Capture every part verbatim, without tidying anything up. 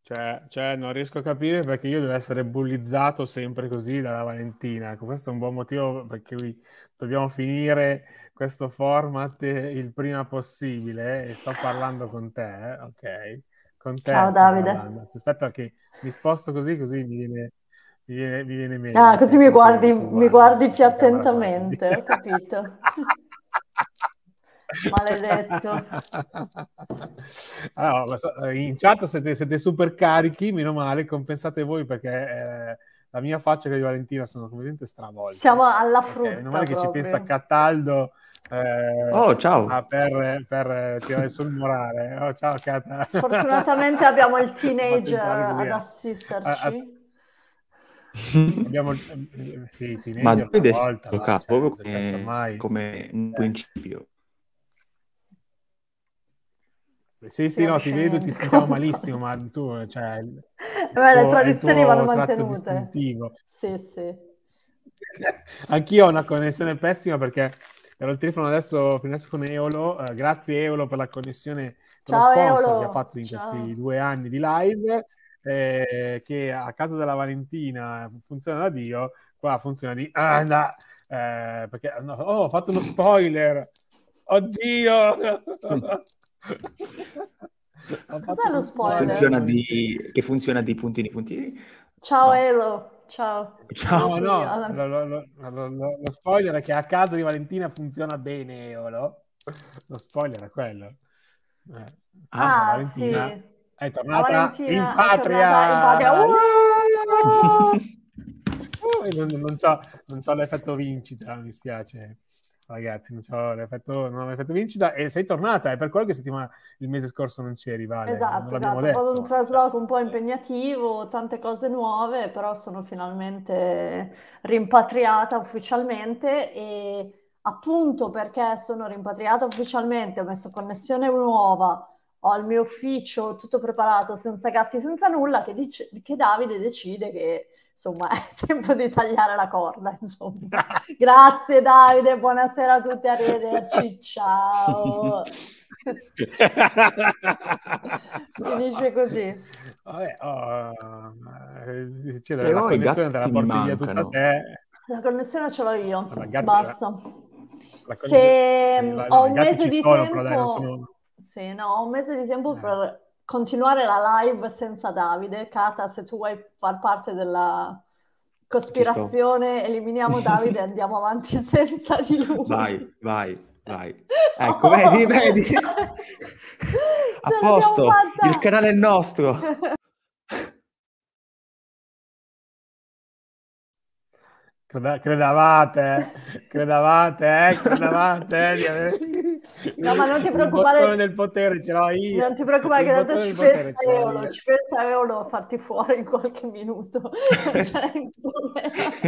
Cioè, cioè, non riesco a capire perché io devo essere bullizzato sempre così dalla Valentina. Ecco, questo è un buon motivo per cui dobbiamo finire questo format il prima possibile. E sto parlando con te, eh? Ok? Con te Ciao sto Davide. parlando. Aspetta che mi sposto così, così mi viene, mi viene, mi viene Ah, meglio. così Ok, mi sono guardi, più, più mi guardo guardi più questa camera qua. Quindi. attentamente, ho capito. Maledetto. Allora, lo so, in chat siete, siete super carichi, meno male, compensate voi perché eh, la mia faccia e quella di Valentina sono completamente stravolte. Siamo alla Ok, meno frutta male che ci pensa proprio. Cataldo eh, Oh, ciao. a- per, per tirare sul morale. Oh, ciao Cata. Fortunatamente abbiamo il Ha fatto teenager entrare così. ad A, a- assisterci. abbiamo eh, sì, i Ma teenager una Davide si volta, va, gioca cioè, proprio se questo come, ormai... come un principio. Sì, Si sì, no, ti capisce vedo, ti niente. sentiamo malissimo, ma tu, cioè, il, il Beh, le tuo, è il tradizioni vanno tuo tratto mantenute. distintivo. Sì, sì. Anch'io ho una connessione pessima perché ero al telefono adesso, fino adesso con Eolo. Eh, grazie Eolo per la connessione, per lo Ciao sponsor che ha Eolo. fatto in questi Ciao. due anni di live, eh, che a casa della Valentina funziona da Dio, qua funziona di... Ah, no, eh, perché no, oh, ho fatto lo spoiler! Oddio! Ho Cos'è fatto lo lo Che spoiler. funziona spoiler? di, che funziona di puntini puntini? Ciao No. Elo. Ciao. Ho Ciao. No, detto io. no, alla- lo, lo- lo- lo- lo- lo spoiler è che a casa di Valentina funziona bene, Eolo. Lo spoiler è quello. Eh, la Ah. Ah, sì. Valentina è La tornata in Valentina è tornata in patria. patria! Urrà! Uh, non, non c'ho, non c'ho l'effetto vincita, mi spiace. Ragazzi, non c'ho l'effetto, non ho l'effetto vincita e sei tornata, è per quello che settimana, il mese scorso non c'eri, Vale, non, non Esatto, l'abbiamo esatto. Ho fatto un detto. Cioè. trasloco un po' impegnativo, tante cose nuove, però sono finalmente rimpatriata ufficialmente e appunto perché sono rimpatriata ufficialmente, ho messo connessione nuova, ho il mio ufficio tutto preparato, senza gatti, senza nulla, che, dice, che Davide decide che insomma è tempo di tagliare la corda, insomma. Grazie Davide, buonasera a tutti, arrivederci, ciao. Finisce così. Vabbè, oh, eh, cioè, la Però i connessione te la gatti mi porti via tutta mancano. te. La connessione ce l'ho io, La gatti, la, basta. la connessione, Se sì, mm, la- ho no, i un gatti mese ci di sono, però dai, non tempo, sono... sì, no, ho un mese di tempo eh. per continuare la live senza Davide. Cata, se tu vuoi far parte della Ci sto. cospirazione, eliminiamo Davide e andiamo avanti senza di Vai, lui. vai, vai. Ecco, vedi, Oh! vedi? A Ce l'abbiamo posto, il fatta! canale è nostro. Creda- Credavate, eh? Credavate, eh? Credavate eh, di avere... No, ma non ti Il bottone preoccupare, del potere ce l'ho io. non ti preoccupare Il che tanto bottone ci del pensa potere ce l'ho Eolo, io. ci pensa Eolo a farti fuori in qualche minuto, non c'è un problema.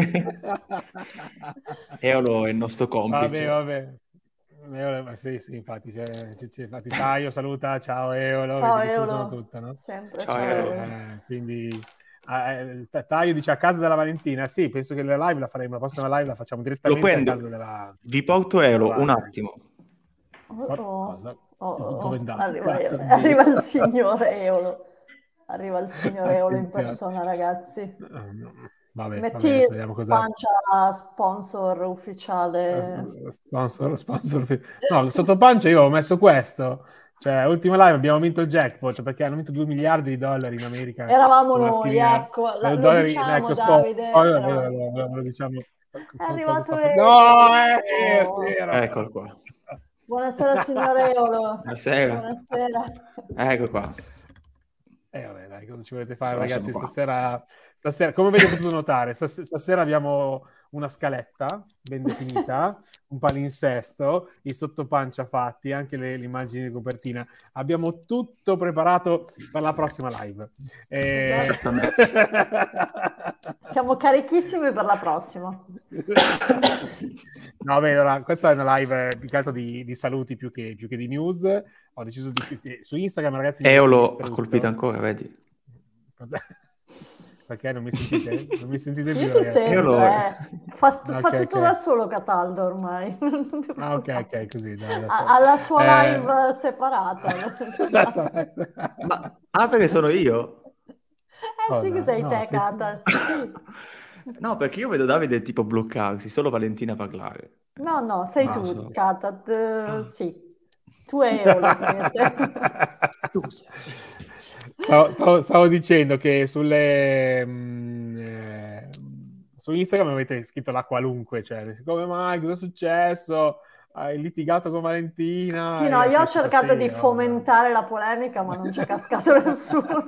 Eolo è il nostro Vabbè, complice. vabbè. Eolo, ma sì, sì, infatti, c'è, c'è, c'è- infatti Taio saluta, ciao Eolo, Ciao vedi che salutano Eolo, tutto, no? sempre Ciao ciao Eolo. Eolo. Eh, quindi eh, Taio dice a casa della Valentina, sì, penso che la live la faremo, la prossima live la facciamo Lo direttamente a prendo. casa della, Vi porto della Eolo un Vale. attimo. Oh, Por- oh, cosa? oh, Dove è oh, andato? arriva, Cazzo, Eolo- oddio. arriva il signor Eolo, arriva il signor Eolo in Attenzione. persona, ragazzi. Eh, no. Vabbè, vabbè, Metti adesso su vediamo cosa... pancia sponsor eh, ufficiale. Sponsor, sponsor. No, sotto pancia io ho messo questo. Cioè, ultima live abbiamo vinto il jackpot perché hanno vinto due miliardi di dollari in America Eravamo con la noi, schedina. ecco, la- eh, lo Dollari, diciamo ecco, sport. Davide, Lo, lo- eravamo... lo- lo- lo diciamo. È Co- Cosa arrivato sta facendo? No, Eolo! è vero, è Oh. vero. Eccolo qua. Buonasera signor Eolo, Buonasera. buonasera. Ecco qua. Eh, vabbè, dai, cosa ci volete fare, Lo lasciamo ragazzi? qua. Stasera, stasera come avete potuto notare, stas- stasera abbiamo una scaletta ben definita, un palinsesto, i sottopancia fatti, anche le, le immagini di copertina. Abbiamo tutto preparato per la prossima live. Eh... Esattamente. Siamo carichissimi per la prossima. No, beh, allora, questa è una live eh, più che altro di, di saluti più che, più che di news. Ho deciso di... eh, Su Instagram, ragazzi, mi avete Eolo ha colpito distrutto. ancora, vedi? Cosa- Perché non mi sentite? Non mi sentite più, Io ti ragazzi? sento, Eolo... eh. Fa, Ok, fa tutto da ok. solo Cataldo ormai. Non ti Ah, ok, preoccupare. ok, così, dai, Ha, adesso... ha la sua Eh... live separata. adesso... Ma... Ah, perché sono io? Eh sì che sei No, te, sei tu. Cata. Sì. No, perché io vedo Davide tipo bloccarsi, solo Valentina parlare. No, no, sei Non lo tu, so. Cata. t- Sì. Tu e Eolo siete. Tu sei. Stavo, stavo- stavo dicendo che sulle mh, eh, su Instagram avete scritto la qualunque, cioè come mai, cosa è successo? Hai litigato con Valentina? Sì, no, E io ho cresciuto, cercato sì, di oh, fomentare la polemica, ma non c'è cascato nessuno.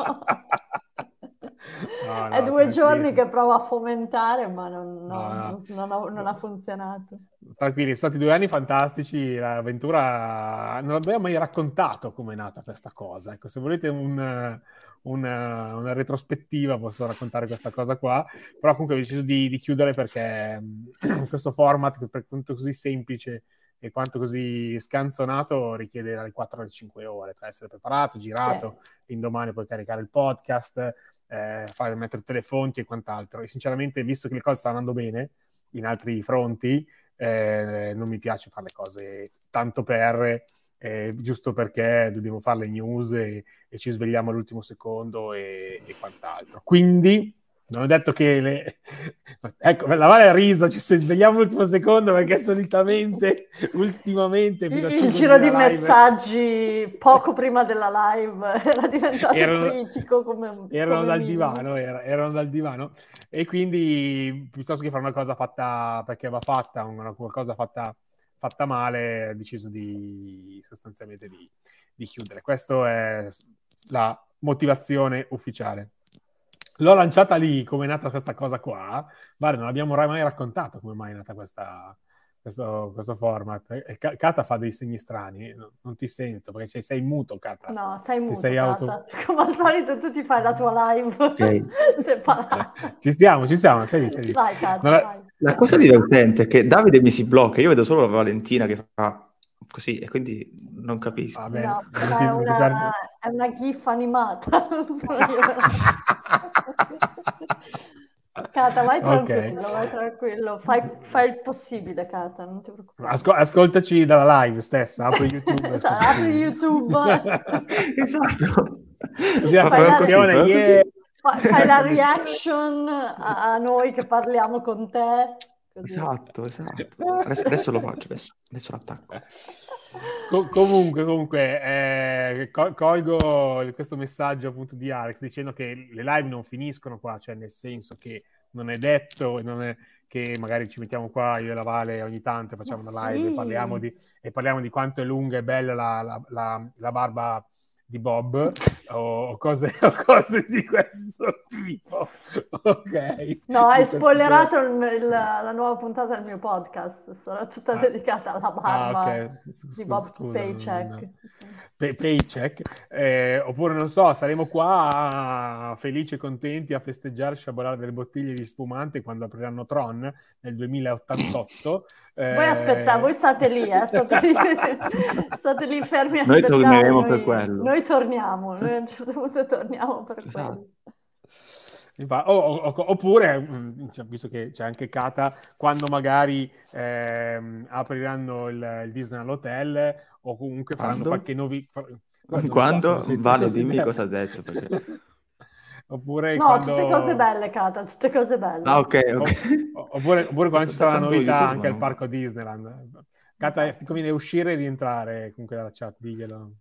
No, È no, due giorni tranquilli. che provo a fomentare, ma non, No, no, no. non- non ho- non ha funzionato. Tranquilli, sono stati due anni fantastici. L'avventura non abbiamo mai raccontato come è nata questa cosa. Ecco, se volete un, un- una retrospettiva, posso raccontare questa cosa qua. Però comunque ho deciso di, di chiudere perché mh, questo format, per quanto così semplice e quanto così scanzonato, richiede dalle quattro alle cinque ore tra essere preparato, girato, l'indomani puoi caricare il podcast, eh, fare, mettere tutte le fonti e quant'altro. E sinceramente, visto che le cose stanno andando bene in altri fronti, eh, non mi piace fare le cose tanto per, eh, giusto perché dobbiamo fare le news e, e ci svegliamo all'ultimo secondo e, e quant'altro. Quindi non ho detto che le... ecco, la Vale ha riso, ci svegliamo all'ultimo secondo perché solitamente, ultimamente, fino a Il, il cinque giro minuti di dalla live, messaggi poco prima della live era diventato erano, critico come, erano come dal minimo. divano, era- erano dal divano e quindi piuttosto che fare una cosa fatta perché va fatta, una qualcosa fatta, fatta male, ho deciso di sostanzialmente di, di chiudere. Questa è la motivazione ufficiale. L'ho lanciata lì come è nata questa cosa qua. Guarda, non abbiamo mai raccontato come mai è nata questa, questo, questo format. E Ca- Cata fa dei segni strani, non, non ti sento perché sei, sei muto, Cata. No, sei Ti muto, sei auto... Cata. Come al solito tu ti fai la tua live Ok. separata. Ci stiamo, ci siamo, sei lì, sei lì. Vai, Cata, Non è- vai. La cosa divertente è che Davide mi si blocca, io vedo solo la Valentina che fa così e quindi non capisco. Vabbè, No, non ma ti- è non ti una, guarda- è una gif animata, non sono io. Cata, vai Ok. tranquillo, vai tranquillo. Fai, fai il possibile, Cata, non ti preoccupare. Asco- ascoltaci dalla live stessa, apri YouTube. Esatto, ascoltaci. apri YouTube. Esatto. Così la Ma Fai la, proprio così, connessione, proprio yeah. così. fa- fai la Connessione. reaction a, a noi che parliamo con te. Così. Esatto, esatto. Adesso, adesso lo faccio, adesso, adesso l'attacco. Co- comunque, comunque eh, co- colgo questo messaggio appunto di Alex dicendo che le live non finiscono qua, cioè nel senso che non è detto e non è che magari ci mettiamo qua io e la Vale ogni tanto e facciamo Ma una live sì. e parliamo di, e parliamo di quanto è lunga e bella la, la, la, la barba di Bob o cose, o cose di questo tipo. Ok. No, hai Di questo spoilerato il- il- la nuova puntata del mio podcast, sarà tutta Ah. dedicata alla Ah, barba ok. di Scusa, Bob scusa, Paycheck. non- Pay- Paycheck. Eh, oppure non so, saremo qua felici e contenti a festeggiare, sciabolare delle bottiglie di spumante quando apriranno Tron nel duemilaottantotto. Voi Eh, aspettate, voi state lì, eh, state lì, state lì fermi a Noi aspettare. torneremo Noi, per quello. noi torniamo, noi a un certo punto torniamo per Esatto. quello. Infa- o- o- oppure, mh, cioè, visto che c'è anche Cata, quando magari ehm, apriranno il, il Disney all'hotel o comunque faranno Quando? qualche novità. Quando? Vale, dimmi cosa ha detto. Perché... Oppure No, quando... tutte cose belle, Cata, tutte cose belle. Ah, ok, o- ok. oppure, oppure quando Sto ci sarà la attaccando novità YouTube, anche al no? parco Disneyland. Cata, ti conviene uscire e rientrare comunque dalla chat, diglielo.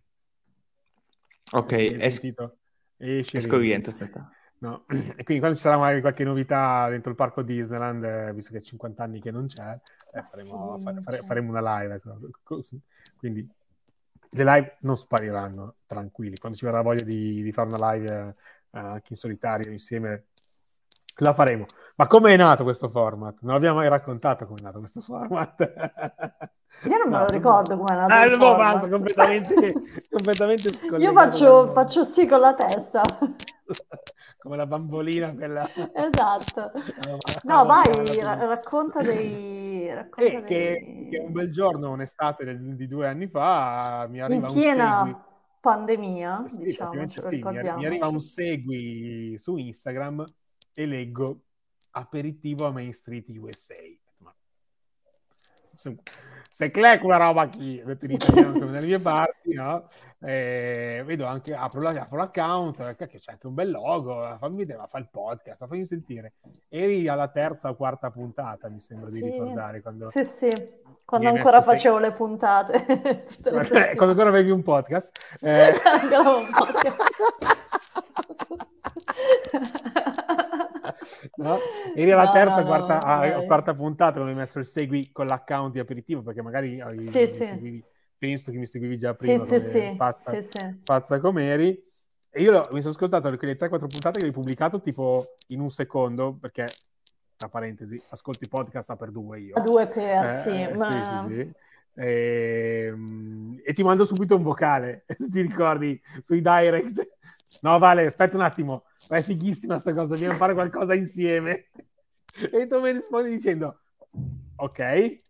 Ok, Hai- hai es- sentito? Esci e esco e rientri. rientro, aspetta. No. E quindi quando ci sarà magari qualche novità dentro il parco Disneyland, eh, visto che è cinquanta anni che non c'è, eh, Ma faremo, sì, fare- fare- cioè. faremo una live. Ecco. Così. Quindi le live non spariranno, tranquilli. Quando ci verrà voglia di, di fare una live eh, anche in solitario insieme, la faremo. Ma come è nato questo format? Non abbiamo mai raccontato come è nato questo format. Io non me No, lo ricordo come è nato Ah, il no, format. basta, completamente, completamente scollegato. Io faccio, dal- faccio sì con la testa. Come la bambolina quella. Esatto. No, No, vai, avvocata. ra- racconta dei... Racconta E che, dei... che un bel giorno, un'estate del- di due anni fa, mi In arriva un segui. piena pandemia, Sì, praticamente diciamocelo, sì, mi, arri- mi arriva un ricordiamoci. segui su Instagram e leggo aperitivo a Main Street U S A. Ma se c'è quella roba qui, detto in italiano come dalle mie parti, no? E vedo anche, apro, la, apro l'account, che c'è anche un bel logo, fammi vedere, ma fa il podcast, fammi sentire. Eri alla terza o quarta puntata, mi sembra di Sì, ricordare. Quando sì, sì, quando mi hai ancora messo sei- facevo le puntate. tutte le quando settimane. ancora avevi un podcast. Eh, Ancora un podcast. no? Eri alla No, terza, no, quarta, no, ah, dai. quarta puntata, non hai messo il segui con l'account di aperitivo, perché magari avevi- Sì, mi sì. seguivi, penso che mi seguivi già Sì, prima sì, come sì, pazza, sì, sì. pazza com'eri. E io mi sono ascoltato quelle tre quattro puntate che hai pubblicato tipo in un secondo, perché, tra parentesi, ascolto i podcast a per due io. A due per, Eh, sì, eh, ma... sì, sì, sì. E, e ti mando subito un vocale, se ti ricordi, sui direct. No, Vale, aspetta un attimo, ma è fighissima sta cosa, dobbiamo fare qualcosa insieme. E tu mi rispondi dicendo, ok,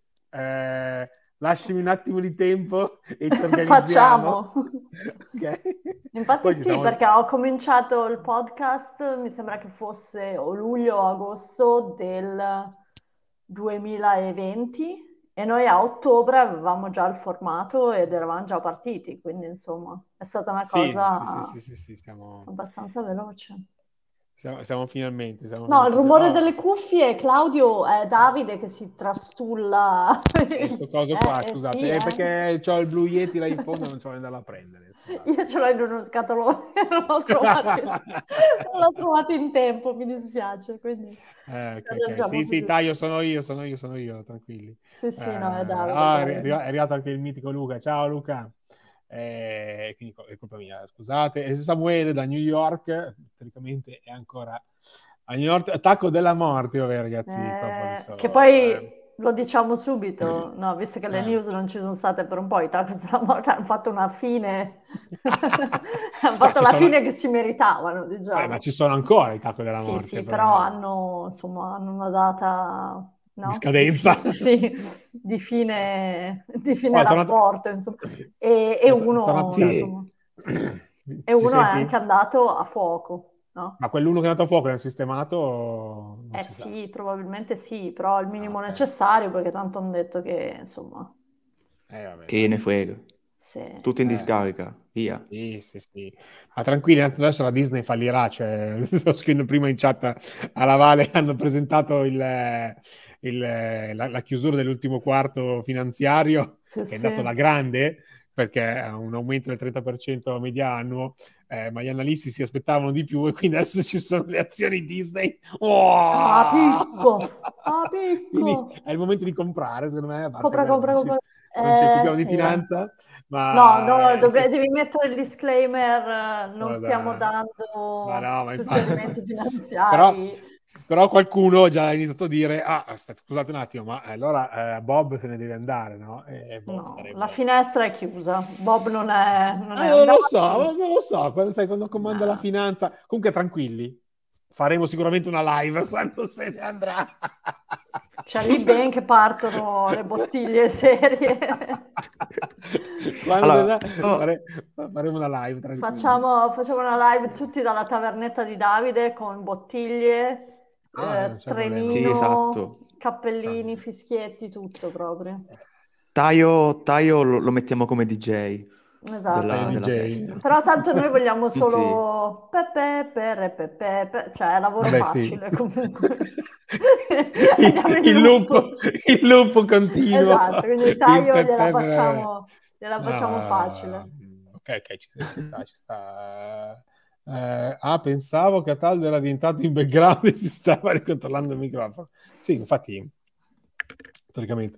eh, lasciami un attimo di tempo e ci organizziamo. Facciamo. Ok. Infatti Poi ci sì, siamo- perché ho cominciato il podcast, mi sembra che fosse o luglio o agosto del duemilaventi e noi a ottobre avevamo già il formato ed eravamo già partiti, quindi insomma è stata una Sì, cosa sì, sì, sì, sì, sì, siamo, abbastanza veloce. siamo, siamo finalmente. Siamo No, il finalmente- rumore oh, delle cuffie, Claudio, è Davide che si trastulla. questo coso qua, Eh, eh, scusate, sì, è eh. perché ho il Blue Yeti là in fondo e non so andarlo a prendere. Scusate. Io ce l'ho in uno scatolone, non l'ho trovato, non l'ho trovato in tempo, mi dispiace, quindi Eh, ok, lo ok. leggiamo Sì, sì, così. taglio, sono io, sono io, sono io, tranquilli. Sì, sì, Eh, no, è Davide. ah, è, Davide. arri- è arrivato anche il mitico Luca. Ciao Luca. Eh, quindi è colpa mia, scusate. E Samuele da New York, teoricamente è ancora a New York. Attacco della morte, vabbè ragazzi. qua Eh, sono, che poi eh. lo diciamo subito, no, visto che le Eh. news non ci sono state per un po', i Tacos della Morte hanno fatto una fine, hanno fatto ci la sono- fine che si meritavano, diciamo. Eh, ma ci sono ancora i tacco della Sì, morte. sì, però. però hanno, insomma, hanno una data, no? Di scadenza. Di, fi- sì, di fine, di fine Oh, è tornato- rapporto, insomma. E, e È uno, tornato- Sì. insomma, e Ci uno è senti? anche andato a fuoco, no? Ma quell'uno che è andato a fuoco l'hanno sistemato? Non Eh si sa. sì, probabilmente sì, però il minimo Ah, ok. necessario perché tanto hanno detto che, insomma, Eh, vabbè, Che ne frega. sì. Tutto in Eh. discarica, via. Sì, sì, sì. Ma tranquilli, tanto adesso la Disney fallirà. Cioè, sto scrivendo prima in chat alla Vale, hanno presentato il, il- la, la chiusura dell'ultimo quarto finanziario, Sì, che è sì. andato alla grande, perché ha un aumento del trenta per cento media annuo, eh, ma gli analisti si aspettavano di più e quindi adesso ci sono le azioni Disney. Oh! Ah, picco! Ah, picco! Quindi è il momento di comprare, secondo me. A parte Compra, quello, compra, non ci- compra. non ci Eh, occupiamo di sì. finanza, ma... No, no, eh, dovre- devi mettere il disclaimer, eh, non Guarda, stiamo ma dando no, ma infatti- suggerimenti però, finanziari. però qualcuno già ha iniziato a dire ah, aspetta, scusate un attimo, ma allora eh, Bob se ne deve andare, no? E boh, No, staremo- la finestra è chiusa. Bob non è, non Ah, è non lo andato. so, non lo so, quando, sai, quando comanda No. la finanza, comunque tranquilli, faremo sicuramente una live quando se ne andrà. Cioè lì ben che partono le bottiglie serie. Quando Allora, se ne- oh. fare- faremo una live tranquilli. Facciamo, facciamo una live tutti dalla tavernetta di Davide con bottiglie, Ah, eh, non c'è problema. trenino, Sì, esatto. cappellini, fischietti, tutto proprio. Taio, Taio lo, lo mettiamo come D J Esatto. della, Taio della D J. festa. Però tanto noi vogliamo Sì. solo pepe, per, pepe, pe- cioè è lavoro Vabbè, sì. facile comunque. il, Andiamo in il loop. loop, il loop continuo. Esatto, quindi il taglio Il gliela pepe- facciamo, gliela facciamo Ah, facile. Ok, ok, ci, ci sta, ci sta. Eh, ah, pensavo che Ataldo era diventato in background e si stava ricontrollando il microfono. Sì, infatti, teoricamente.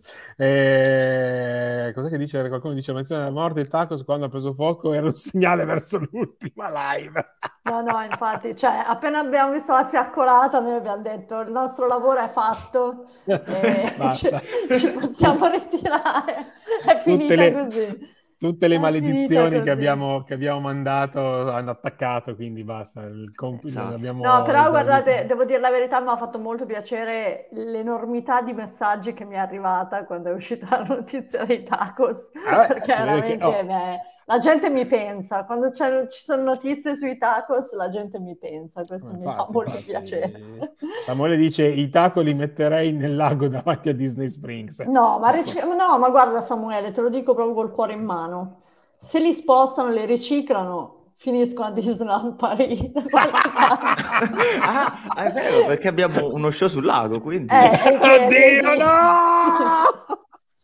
Eh, cos'è che dice? Qualcuno dice menzione della morte di Tacos quando ha preso fuoco era un segnale verso l'ultima live. No, no, infatti, cioè, appena abbiamo visto la fiaccolata, noi abbiamo detto il nostro lavoro è fatto, e Basta. ci, ci possiamo ritirare, è finita Tutte le, così. tutte le È maledizioni finita che così. abbiamo, che abbiamo mandato hanno attaccato, quindi basta. Il compito Esatto. abbiamo No, però esaurito. guardate, devo dire la verità, mi ha fatto molto piacere l'enormità di messaggi che mi è arrivata quando è uscita la notizia dei tacos, Ah, beh, perché si vede che- veramente oh. mi è- La gente mi pensa, quando c'è, ci sono notizie sui tacos, la gente mi pensa, questo Ma mi infatti, fa molto infatti, piacere. Samuele dice i taco li metterei nel lago davanti a Disney Springs. No, ma, ric- no, ma guarda Samuele, te lo dico proprio col cuore in mano. Se li spostano, li riciclano, finiscono a Disneyland Paris. da qualche parte. Ah, è vero, perché abbiamo uno show sul lago, quindi... Eh, e che Oddio, vedi- no!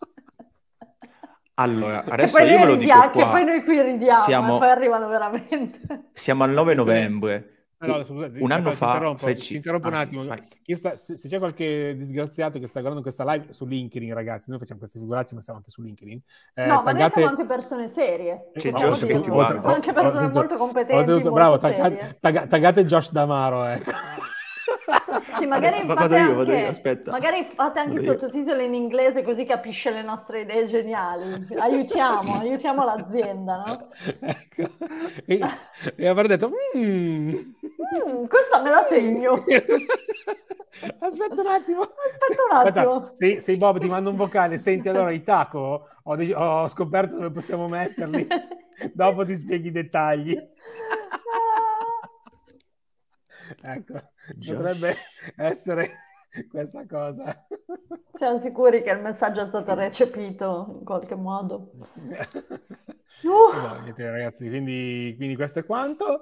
Allora, Che adesso poi, io noi ve lo ridia- dico che poi qua. noi qui ridiamo Siamo- e poi arrivano veramente. Siamo al nove Attenzione. novembre. Allora, scusate, Un anno ti fa interrompo, feci... ti interrompo Ah, un sì, attimo. vai. Chi sta- se, se c'è qualche disgraziato che sta guardando questa live su LinkedIn, ragazzi, noi facciamo queste figuracce, ma siamo anche su LinkedIn. Eh, No, ma noi taggate- siamo anche persone serie. C'è possiamo Josh che dirlo. ti guarda. Sono anche persone oltretutto- molto competenti, oltretutto, molto bravo, serie. tagga- tagga- taggate Josh D'Amaro, ecco. Sì, magari Adesso fate vado io, anche, vado io, aspetta. magari fate anche Vado i io. sottotitoli in inglese così capisce le nostre idee geniali. Aiutiamo, aiutiamo l'azienda, no? Ecco. E, e avrei detto "Mm". Mm, questa me la segno. Aspetta un attimo. Aspetta un attimo. Aspetta, se, se Bob ti manda un vocale, senti allora i taco, ho, dec- ho scoperto dove possiamo metterli, dopo ti spieghi i dettagli. Ecco, Josh. potrebbe essere questa cosa. Siamo sicuri che il messaggio è stato recepito in qualche modo. Uh. Vabbè, niente, ragazzi, quindi, quindi questo è quanto.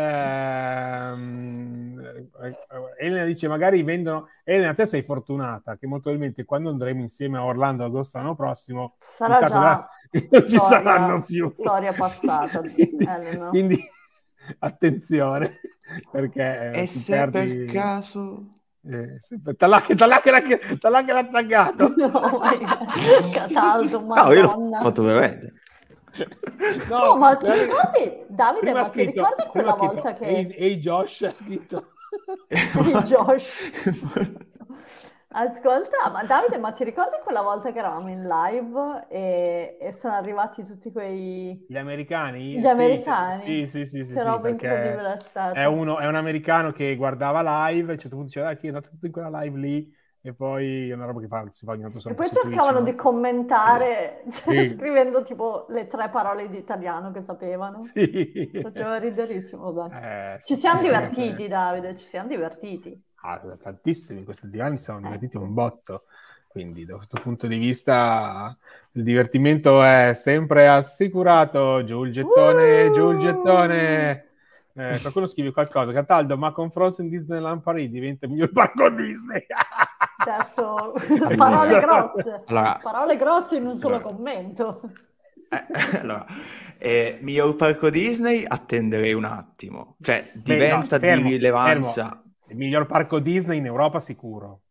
Ehm, Elena dice magari vendono. Elena, te sei fortunata che molto probabilmente quando andremo insieme a Orlando agosto l'anno prossimo Sarà i taco già non ci storia- saranno più. storia passata, quindi, Elena. quindi attenzione perché E ti se perdi... per caso... Eh, sempre... Talacche, talacche, l'ha- talacche l'ha taggato. No, my God. Cataldo, No, io l'ho Madonna. fatto veramente. No, ma ti guarda- ricordi, Davide, prima ma ha ti scritto- ricordi prima quella ha scritto, volta che... Ehi, ehi, Josh ha scritto. Ehi, Josh. Ascolta, ma Davide, ma ti ricordi quella volta che eravamo in live e, e sono arrivati tutti quei... Gli americani? Gli Sì, americani? Sì, sì, sì, sì, Che sì, roba perché incredibile è stata. è, uno, è un americano che guardava live, a un certo punto diceva "Ah, che è andato tutto in quella live lì", e poi è una roba che fa, si fa ogni tanto E solo poi su Twitch, cercavano no? di commentare Sì. scrivendo tipo le tre parole di italiano che sapevano. Sì. Faceva riderissimo, vabbè. Eh, Ci sì, siamo sì, divertiti, sì. Davide, ci siamo divertiti. Ah, tantissimi, in questi due anni siamo divertiti Ecco. un botto, quindi da questo punto di vista il divertimento è sempre assicurato. Giù il gettone, Uh! giù il gettone. Eh, qualcuno scrive qualcosa, Cataldo, ma con Frozen Disneyland Paris diventa il miglior parco Disney. Adesso Allora- parole grosse, Allora- parole grosse in un solo Allora- commento. Eh, allora, eh, miglior parco Disney attenderei un attimo. Cioè, Beh, diventa no, fermo, di rilevanza... fermo. Il miglior parco Disney in Europa sicuro.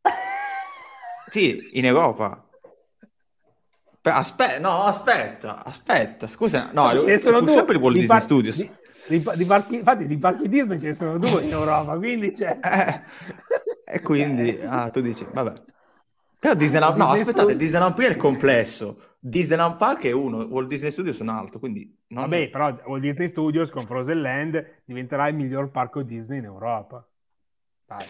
Sì, in Europa. Aspetta, no, aspetta, aspetta, scusa, no, Ce ne è sono pur due sempre il Walt di Disney par- Studios. di- di, di parchi, infatti di parchi Disney ce ne sono due in Europa, quindi c'è... Eh, e quindi, ah, tu dici, vabbè. Però Disneyland, no, Disney aspettate, Studios- Disneyland Park è il complesso. Disneyland Park è uno, Walt Disney Studios è un altro, quindi... Non... Vabbè, però Walt Disney Studios con Frozen Land diventerà il miglior parco Disney in Europa. Dai.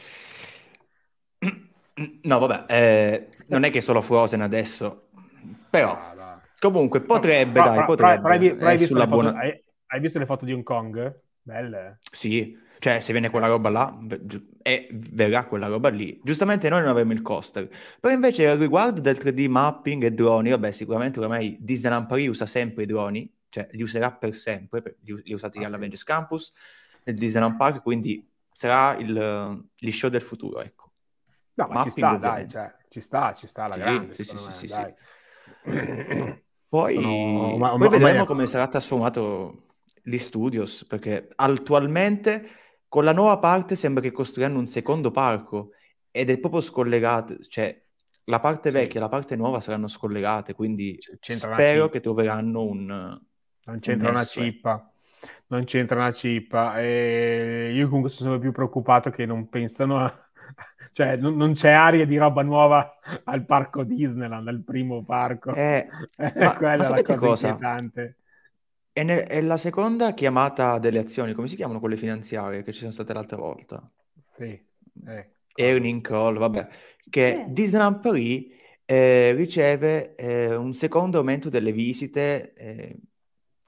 No, vabbè, eh, non è che solo Frozen adesso, però... Ah, dai. Comunque, potrebbe, Però- dai, però- potrebbe. però hai vi- però hai È visto sulla le foto- buona... hai- hai visto le foto di Hong Kong? Belle. Sì, cioè se viene quella roba là, v- giu- e verrà quella roba lì. Giustamente noi non avremo il coaster. Però invece al riguardo del tre D mapping e droni, vabbè, sicuramente ormai Disneyland Paris usa sempre i droni, cioè li userà per sempre, per- li, li ha usati Ah, all'Avengers sì. Campus, nel Disneyland Park, quindi sarà il, gli show del futuro, ecco. No, ma ci Mapping, sta, ovviamente. dai, cioè, ci sta, ci sta alla Sì, grande, sì, sì, secondo sì, me, sì, dai. Poi, Sono- ma- poi ma- vedremo ma- come sarà trasformato gli studios, perché attualmente con la nuova parte sembra che costruiranno un secondo parco ed è proprio scollegato, cioè la parte Sì. vecchia e la parte nuova saranno scollegate, quindi C- c'entra una spero chip. che troveranno un... Non c'entra una nesso, ecco. cippa, non c'entra una cippa. E io comunque sono sempre più preoccupato che non pensano a... Cioè, non, non c'è aria di roba nuova al parco Disneyland, al primo parco. Eh, È ma- quella ma la sapete cosa, cosa? inquietante. È, ne- è la seconda chiamata delle azioni, come si chiamano quelle finanziarie che ci sono state l'altra volta? Sì. Eh, Earning call, vabbè, che Sì. Disneyland Paris eh, riceve eh, un secondo aumento delle visite eh,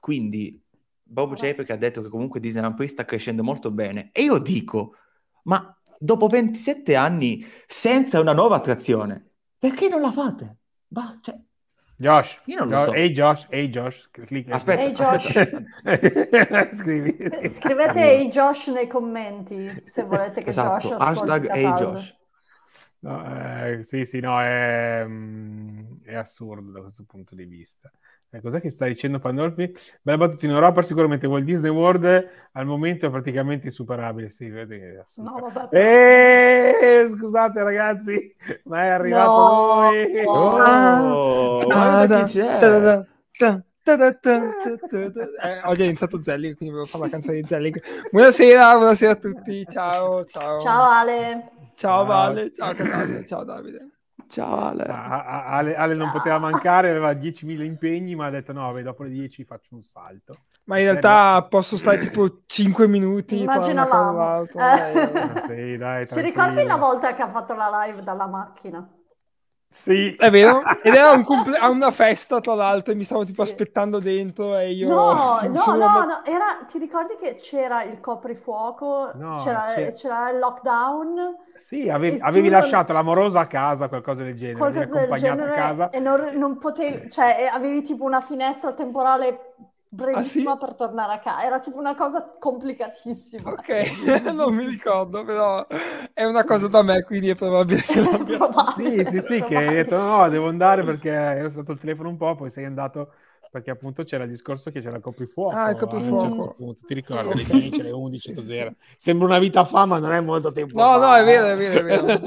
quindi Bob Chapek ha detto che comunque Disneyland Paris sta crescendo molto bene, e io dico, ma dopo ventisette anni senza una nuova attrazione, perché non la fate? Bah, cioè, Josh, io non lo Josh, so. Ehi Josh, ehi Josh, clicca. Aspetta, Ehi, Josh. aspetta. Scrivi. Scrivete Ehi Josh nei commenti se volete che Esatto, Josh ascolti hashtag Hey Cataldo. Josh. No, eh, sì, sì, no, è, mm, è assurdo da questo punto di vista. Eh, cos'è che sta dicendo Pandolfi? Bella battuta, in Europa sicuramente Walt Disney World al momento è praticamente insuperabile. Sì, vedi, è assurdo. No, vabbè, però- Eh, scusate ragazzi, ma è arrivato No. lui. Oh, guarda chi c'è. Eh, oggi è iniziato Zelig, quindi volevo fare la canzone di Zelig. Buonasera, buonasera a tutti. Ciao, ciao. Ciao Ale. Ciao Ciao. Vale, ciao Cataldo, ciao Davide. Ciao Ale. Ma a- a- Ale, Ale non Ciao. poteva mancare, aveva diecimila impegni, ma ha detto no, vabbè, dopo le dieci faccio un salto. Ma in realtà posso stare tipo cinque minuti tra una cosa e Immaginavamo. l'altra. Eh. eh. Ah, sì, dai, Ti ricordi tranquillo. una volta che ha fatto la live dalla macchina? Sì. È vero? Ed era un comple- a una festa, tra l'altro, e mi stavo tipo Sì. aspettando dentro e io... No, no, sono no, andato- no, era, ti ricordi che c'era il coprifuoco, No, c'era, c'è- c'era il lockdown? Sì, avevi, E tu avevi non- lasciato l'amorosa a casa, qualcosa del genere, avevi Qualcosa del accompagnato genere a casa. e non, non potevi, cioè e avevi tipo una finestra temporale brevissima Ah, sì? per tornare a casa, era tipo una cosa complicatissima. Ok, non mi ricordo, però è una cosa da me, quindi è probabile che l'abbia... Probabile, Sì, sì, sì, che hai probabile. detto no, devo andare perché ero stato il telefono un po', poi sei andato perché appunto c'era il discorso che c'era il coprifuoco. Ah, il A un coprifuoco. certo punto, ti ricordi? Ok. Alle dieci, alle undici, Sì, sì, cos'era? sì. Sembra una vita fa, ma non è molto tempo No, fa. no, è vero, è vero, è vero.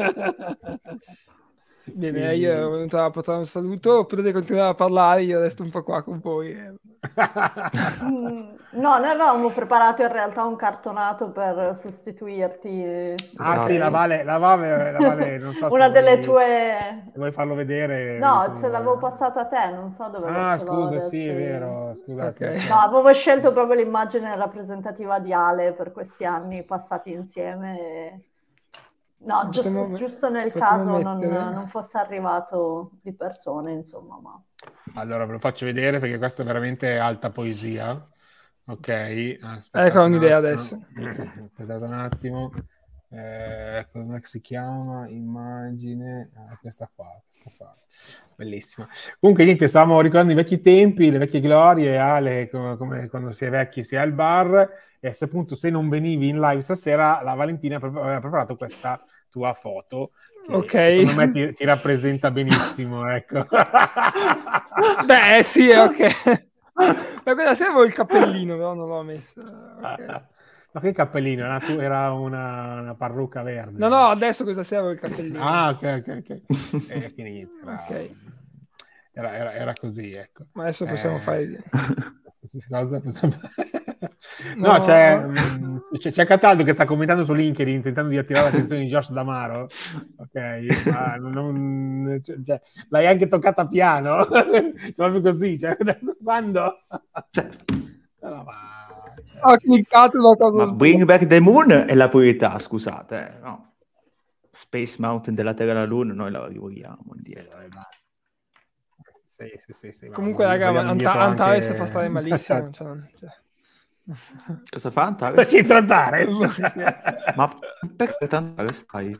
Bene, Quindi- io ero venuto a portare un saluto, potete continuare a parlare, io resto un po' qua con voi. eh. Mm, No, noi avevamo preparato in realtà un cartonato per sostituirti. Ah Esatto. sì, la Vale, la Vale, la Vale, non so se Una delle vuoi- tue... se vuoi farlo vedere. No, vedi tu. te l'avevo passato a te, non so dove Ah, ce l'ho scusa, sì, è adesso. vero, scusate. Ok. sì. No, avevo scelto proprio l'immagine rappresentativa di Ale per questi anni passati insieme. e- No, giusto, Potremmo- giusto nel potremmo caso non, mettere- non fosse arrivato di persone, insomma, ma... Allora ve lo faccio vedere perché questa è veramente alta poesia. Ok, aspettate Ecco, ho un un'idea attimo. adesso. Aspettate un attimo. Eh, come si chiama? Immagine. Ah, questa qua, questa qua. Bellissima. Comunque, niente, stavamo ricordando i vecchi tempi, le vecchie glorie, Ale, come, come quando si è vecchi si è al bar. E se appunto se non venivi in live stasera, la Valentina aveva preparato questa tua foto. Che Ok. secondo me ti, ti rappresenta benissimo, ecco. Beh, sì, è ok. Ma quella sera avevo il cappellino, però non l'ho messo. ok. Ma che cappellino? Era, tu- era una, una parrucca verde. No, no, adesso questa sera avevo il cappellino. Ah, ok, ok, ok. Eh, quindi era, Ok. era, era, era così, ecco. Ma adesso possiamo Eh, fare... Cosa possiamo fare? No, No. c'è, mh, c'è, c'è Cataldo che sta commentando su LinkedIn tentando di attirare l'attenzione di Josh D'Amaro. Ok, ma non, cioè, l'hai anche toccata piano? Cioè, proprio così, cioè, quando? No, ma, cioè, Ho cliccato una cosa... Ma Bring Back the Moon è la priorità, scusate. eh, No. Space Mountain della Terra alla Luna, noi la rivogliamo indietro. Sì, sì, sì, sì, ma Comunque, vogliamo raga, Anta- indietro Antares anche- fa stare malissimo. Cioè, cioè. Cosa fa Cosa Antares? c'entra Antares? Ma perché Antares stai?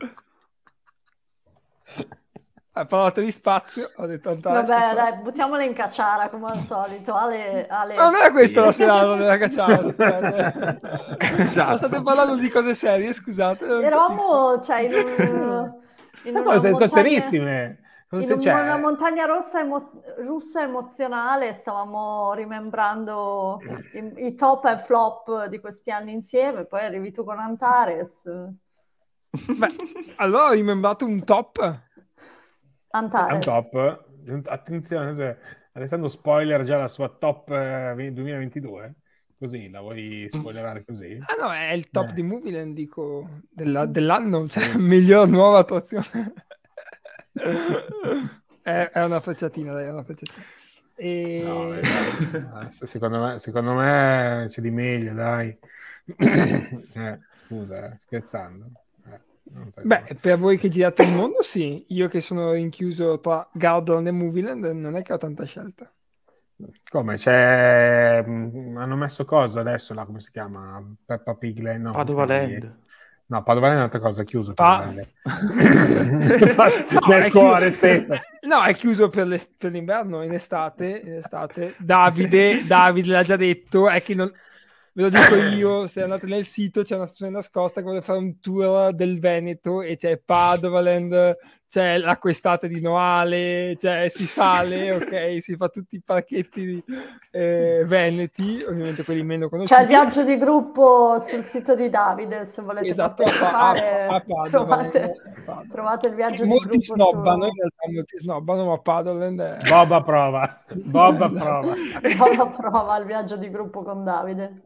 Ha parlato di spazio, ho detto Antares fa Vabbè, stare- dai, buttiamola in cacciara come al solito. Ale, Ale... Ma non era questa Sì. la serata della cacciara, scusate. Esatto. Ma state parlando di cose serie, scusate. non capisco. Eravamo, cioè, in, un, in No, una sono montagna... serissime. Cosa In se- un- cioè, una montagna rossa emo- russa emozionale stavamo rimembrando i, i top e flop di questi anni insieme, poi arrivi tu con Antares. Beh, allora ho rimembrato un top. è un Antares. top. Attenzione, cioè, Alessandro spoiler già la sua top eh, duemilaventidue. Così, la vuoi spoilerare così? Ah no, è il top Eh. di Movieland, dico, della- dell'anno, cioè miglior nuova attuazione. è, è una frecciatina, dai, è una frecciatina. E... No, eh, eh, secondo me, secondo me c'è di meglio, dai. Eh, scusa, eh, scherzando. Eh, non sai Beh, come. per voi che girate il mondo, sì. Io che sono rinchiuso tra Gardaland e Movieland, non è che ho tanta scelta. Come? C'è... mh, hanno messo cosa adesso là, come si chiama? Peppa Pig Land? No, come si Padova chiama lì? Land. No, Padova Land è un'altra cosa, è chiuso. Pa- No, Nel è cuore, chiuso, sempre. no, è chiuso per, l'est- per l'inverno, in estate, in estate. Davide, Davide l'ha già detto, è che non, ve lo dico io, se andate nel sito c'è una stazione nascosta che vuole fare un tour del Veneto e c'è Padovaland, c'è l'acquestate di Noale, c'è, si sale, ok, si fa tutti i parchetti di, eh, veneti, ovviamente quelli meno conosciuti. C'è il viaggio di gruppo sul sito di Davide, se volete Esatto, a, partecipare, a, a Padovaland, trovate, a Padovaland. trovate il viaggio di Molti gruppo snobbano, in su... realtà molti snobbano, ma Padovaland è... Bob a prova. Bob a prova. Alla prova il viaggio di gruppo con Davide.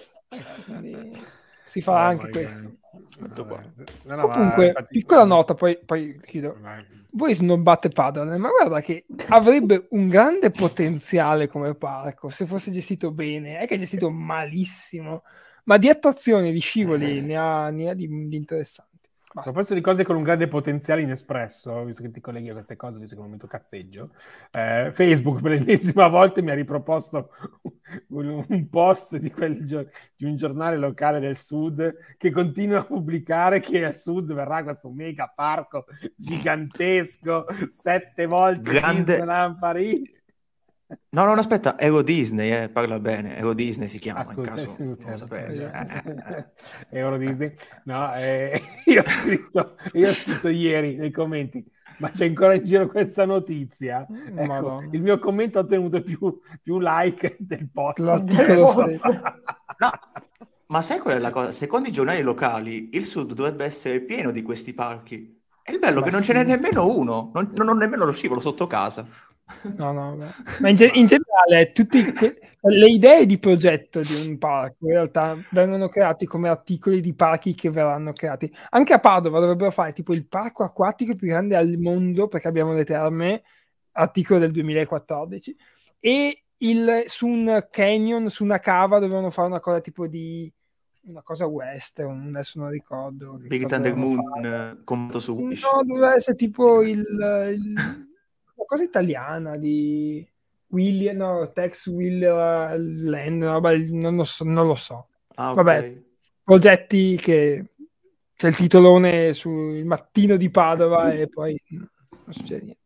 Quindi si farà Oh anche my questo. God. Vabbè. No, no, Comunque, ma infatti- piccola nota, poi, poi chiudo. Voi snobbate Padovaland, ma guarda che avrebbe un grande potenziale come parco se fosse gestito bene. È che è gestito malissimo, ma di attrazioni, di scivoli ne ha, ne ha di, di interessanti. A Basta. proposito di cose con un grande potenziale inespresso, visto che ti colleghi a queste cose, visto che è un momento cazzeggio, eh, Facebook per l'ennesima volta mi ha riproposto un, un post di, quel gio- di un giornale locale del sud che continua a pubblicare che al sud verrà questo mega parco gigantesco, sette volte Grande- Disneyland Paris. No, no, no, aspetta, Euro Disney, eh, parla bene, Euro Disney si chiama, Ah, in scusa, caso sì, non lo certo, sapessi. certo. Eh, eh, Euro Disney. No, eh, io, ho scritto, io ho scritto ieri nei commenti, ma c'è ancora in giro questa notizia? Ecco, Madonna. il mio commento ha ottenuto più, più like del post. L'articolo stesso. stesso. No, ma sai qual è la cosa? Secondo i giornali locali, il sud dovrebbe essere pieno di questi parchi. È il bello Ma che non sì. ce n'è nemmeno uno, non, non ho nemmeno lo scivolo sotto casa. No, no, beh. Ma in, ge- in generale tutti que- le idee di progetto di un parco in realtà vengono creati come articoli di parchi che verranno creati. Anche a Padova dovrebbero fare tipo il parco acquatico più grande al mondo perché abbiamo le terme, articolo del duemilaquattordici, e il, su un canyon, su una cava dovevano fare una cosa tipo di una cosa western, adesso non ricordo che Big cosa Thunder dovevano Moon fare. eh, combatto su Wish. No, doveva essere tipo il, il- una cosa italiana di William, no, Tex Wheeler Land, no, beh, non lo so, non lo so. Ah, ok. Vabbè, progetti che c'è il titolone sul mattino di Padova e poi non succede niente.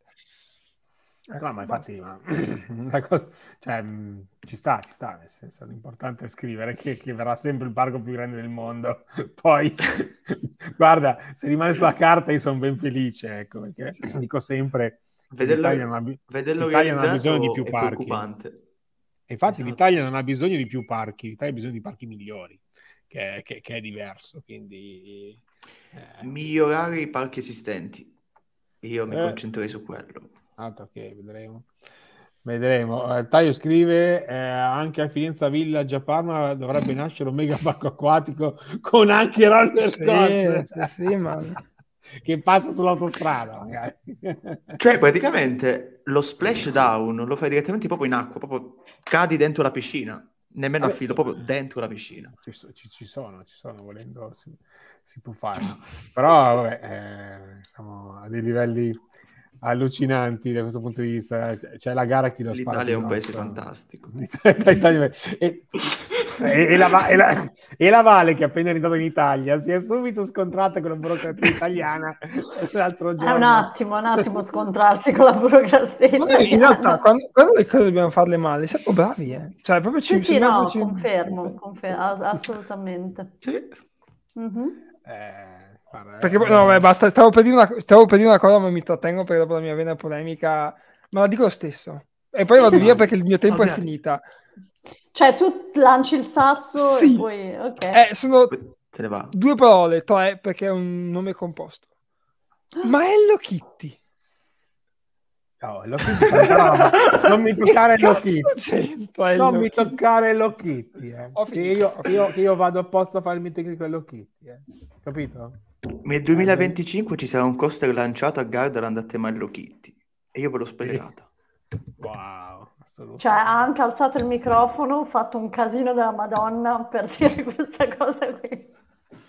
Ecco, No, ma basta. infatti, ma, la cosa, cioè, mh, ci sta, ci sta, nel senso, l'importante è scrivere che, che verrà sempre il parco più grande del mondo. Poi, guarda, se rimane sulla carta io sono ben felice, ecco, perché dico sempre che Vederlo, l'Italia non ha, bi- vederlo l'Italia non ha realizzato bisogno di più è parchi. preoccupante. E infatti Esatto. l'Italia non ha bisogno di più parchi, l'Italia ha bisogno di parchi migliori, che, è- che- che è diverso, quindi... eh, Migliorare i parchi esistenti. Io mi Eh. concentrerei su quello. altro che vedremo. Vedremo. Eh, Taio scrive eh, anche a Firenze Village a Parma dovrebbe nascere un mega parco acquatico con anche roller Sì, coaster sì, sì, ma che passa sull'autostrada magari. Cioè, praticamente lo splash down lo fai direttamente proprio in acqua, proprio cadi dentro la piscina, nemmeno a Vabbè, filo, sì. proprio dentro la piscina. Ci, so- ci- ci sono, ci sono, volendo si, si può fare. Però vabbè, eh, siamo a dei livelli allucinanti da questo punto di vista. C'è, c'è la gara a chi lo spara L'Italia è più un paese grosso. fantastico. L'Italia- e, e- e la, Va- e la- e la Vale che è appena arrivata in Italia si è subito scontrata con la burocrazia italiana l'altro È giorno. un attimo, un attimo scontrarsi con la burocrazia Ma noi in italiana. realtà quando, quando le cose dobbiamo farle male siamo bravi, eh. Cioè proprio ci Sì, sì, sembra no, proprio ci- confermo, confermo, as- assolutamente. Sì. Mhm. Eh, guarda, Perché eh, poi- no, beh, basta, stavo per dire una, stavo per dire una cosa, ma mi trattengo perché dopo la mia vena polemica, ma la dico lo stesso. E poi vado via perché il mio tempo è Vabbè. finita. Cioè, tu lanci il sasso Sì. e poi... Ok. Eh, sono Se ne va. due parole, tre, perché è un nome composto. Ma Hello Kitty. oh, Hello Kitty, tanta roba. Non mi toccare Che Hello cazzo Kitty. c'entra Hello Non mi Kitty? toccare Hello Kitty, eh. Ho che, finito. io, che io- che io vado apposta a fare il meeting con Hello Kitty, eh. Capito? Nel duemilaventicinque ci sarà un coaster lanciato a Gardaland a tema Hello Kitty. E io ve l'ho spoilerata. Wow, assolutamente. Cioè, ha anche alzato il microfono, fatto un casino della Madonna per dire questa cosa qui.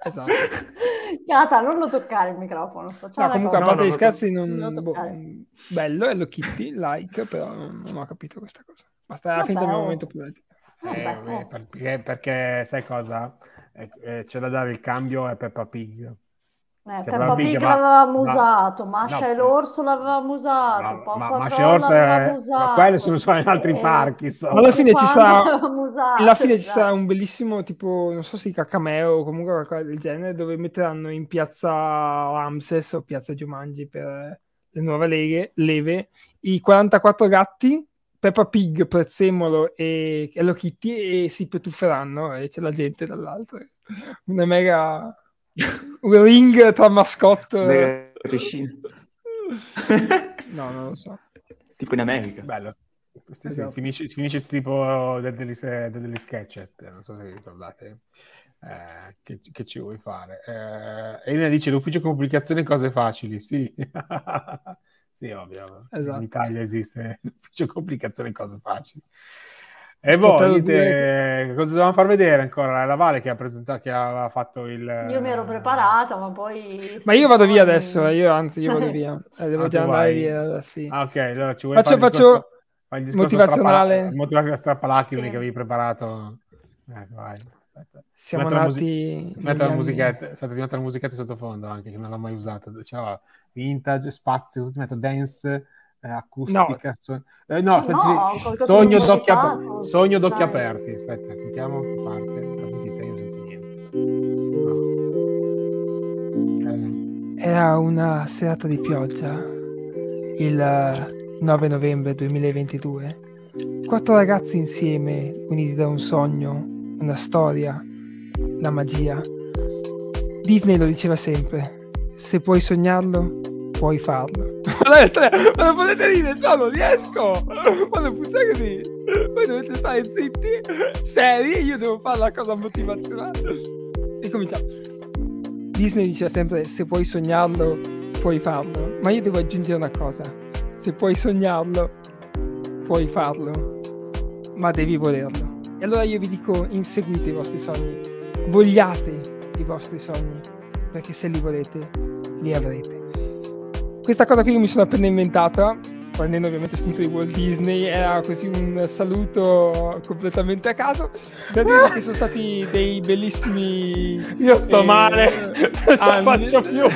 Esatto. Cata, non lo toccare il microfono. No, comunque, a parte no, gli no, scherzi, non, non boh, bello Hello Kitty, like, però non, non ho capito questa cosa. Basta, alla fine del mio momento politico. Eh, Vabbè, eh, perché, perché sai cosa? Eh, eh, c'è da dare il cambio a Peppa Pig. Eh, Cioè, Peppa Pig va- l'avevamo va- usato, Masha no, e l'orso l'avevamo usato, ma, Paw ma, Patrol ma c'è Orsa, l'avevamo eh, usato. ma quelle sono solo in altri eh, parchi. Ma Insomma. alla fine ci Panda sarà l'avevamo usato, alla fine ci esatto. sarà un bellissimo tipo, non so se dica cameo o comunque qualcosa del genere, dove metteranno in piazza Ramses o piazza Jumanji per le nuove leghe, leve i quarantaquattro gatti, Peppa Pig, Prezzemolo e Hello Kitty, e si petufferanno e c'è la gente dall'altro. Una mega un ring tra mascotte. Mega piscina. No, non lo so. Tipo in America. Bello. Sì, sì, Esatto. finisce, finisce tipo de- degli, se- de- degli sketchet, non so se vi ricordate, eh, che, che ci vuoi fare. Eh, Elena dice l'ufficio pubblicazione cose facili, sì. Sì, ovvio. Esatto. In Italia esiste l'ufficio pubblicazione cose facili. E Potevo poi, dire cosa dovevamo far vedere ancora? La Vale che ha presentato, che aveva fatto il... Io mi ero preparata, ma poi... Ma io vado via giorni- adesso, eh, io anzi io vado via. Eh, devo Ah, già tu andare vai? via, sì. Ah, ok, allora ci vuoi Faccio- fare il faccio discorso, fai il discorso motivazionale. strappala- il motivazionale strappalacrime Sì. che avevi preparato. Eh, vai. Aspetta. Siamo Metto la nati musi- negli metto la anni- musichetta, aspetta, ti metto la musichetta sottofondo anche, che non l'ho mai usata. Ciao, vintage, spazio, cosa ti metto? Dance, eh, acustica. so- eh, no, aspetta, No, sì. qualcosa Sogno di d'occhi musicale, ap- sogno d'occhi sai. aperti. Aspetta, sentiamo se parte. La sentite? Io non sento niente. No. Eh, Era una serata di pioggia, il eh, nove novembre duemilaventidue. Quattro ragazzi insieme, uniti da un sogno, una storia, la magia. Disney lo diceva sempre: se puoi sognarlo, puoi farlo. Ma non potete dire, se no non riesco. Quando funziona così, voi dovete stare zitti, seri, io devo fare la cosa motivazionale. E cominciamo. Disney diceva sempre: se puoi sognarlo, puoi farlo. Ma io devo aggiungere una cosa: se puoi sognarlo, puoi farlo, ma devi volerlo. E allora io vi dico: inseguite i vostri sogni, vogliate i vostri sogni, perché se li volete, li avrete. Questa cosa qui io mi sono appena inventata, prendendo ovviamente spunto di Walt Disney, era così un saluto completamente a caso, per dire che sono stati dei bellissimi... Io sto eh, male, non ce la anni. faccio più.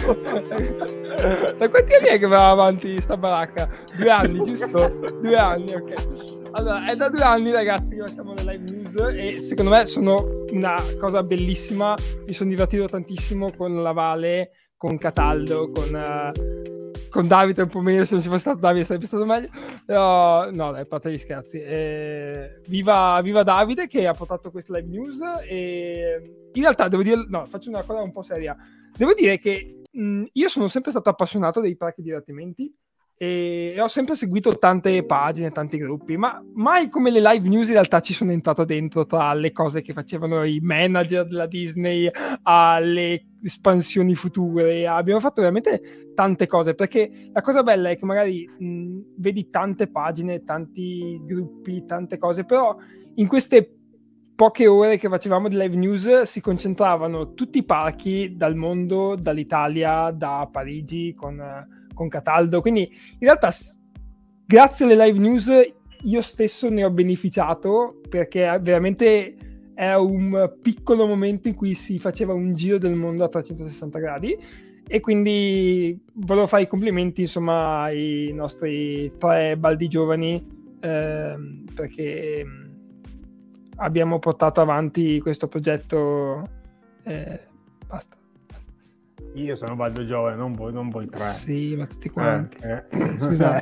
Da quanti anni è che va avanti sta baracca? Due anni, giusto? Due anni, ok. Allora, è da due anni, ragazzi, che facciamo le live news e secondo me sono una cosa bellissima. Mi sono divertito tantissimo con la Vale, con Cataldo, con... Uh, con Davide un po' meno, se non ci fosse stato Davide sarebbe stato meglio, però no dai, a parte gli scherzi, eh, viva, viva Davide che ha portato questa live news. E in realtà devo dire, no, faccio una cosa un po' seria, devo dire che mh, io sono sempre stato appassionato dei parchi divertimenti e ho sempre seguito tante pagine, tanti gruppi, ma mai come le live news in realtà ci sono entrato dentro tra le cose che facevano i manager della Disney alle espansioni future. Abbiamo fatto veramente tante cose, perché la cosa bella è che magari mh, vedi tante pagine, tanti gruppi, tante cose, però in queste poche ore che facevamo di live news si concentravano tutti i parchi dal mondo, dall'Italia, da Parigi con... con Cataldo, quindi in realtà grazie alle live news io stesso ne ho beneficiato, perché veramente è un piccolo momento in cui si faceva un giro del mondo a trecentosessanta gradi, e quindi volevo fare i complimenti insomma ai nostri tre baldi giovani, ehm, perché abbiamo portato avanti questo progetto. eh, basta. Io sono Baldo Giovane, non voi, non voi tre. Sì, ma tutti quanti. Eh, eh. Scusate.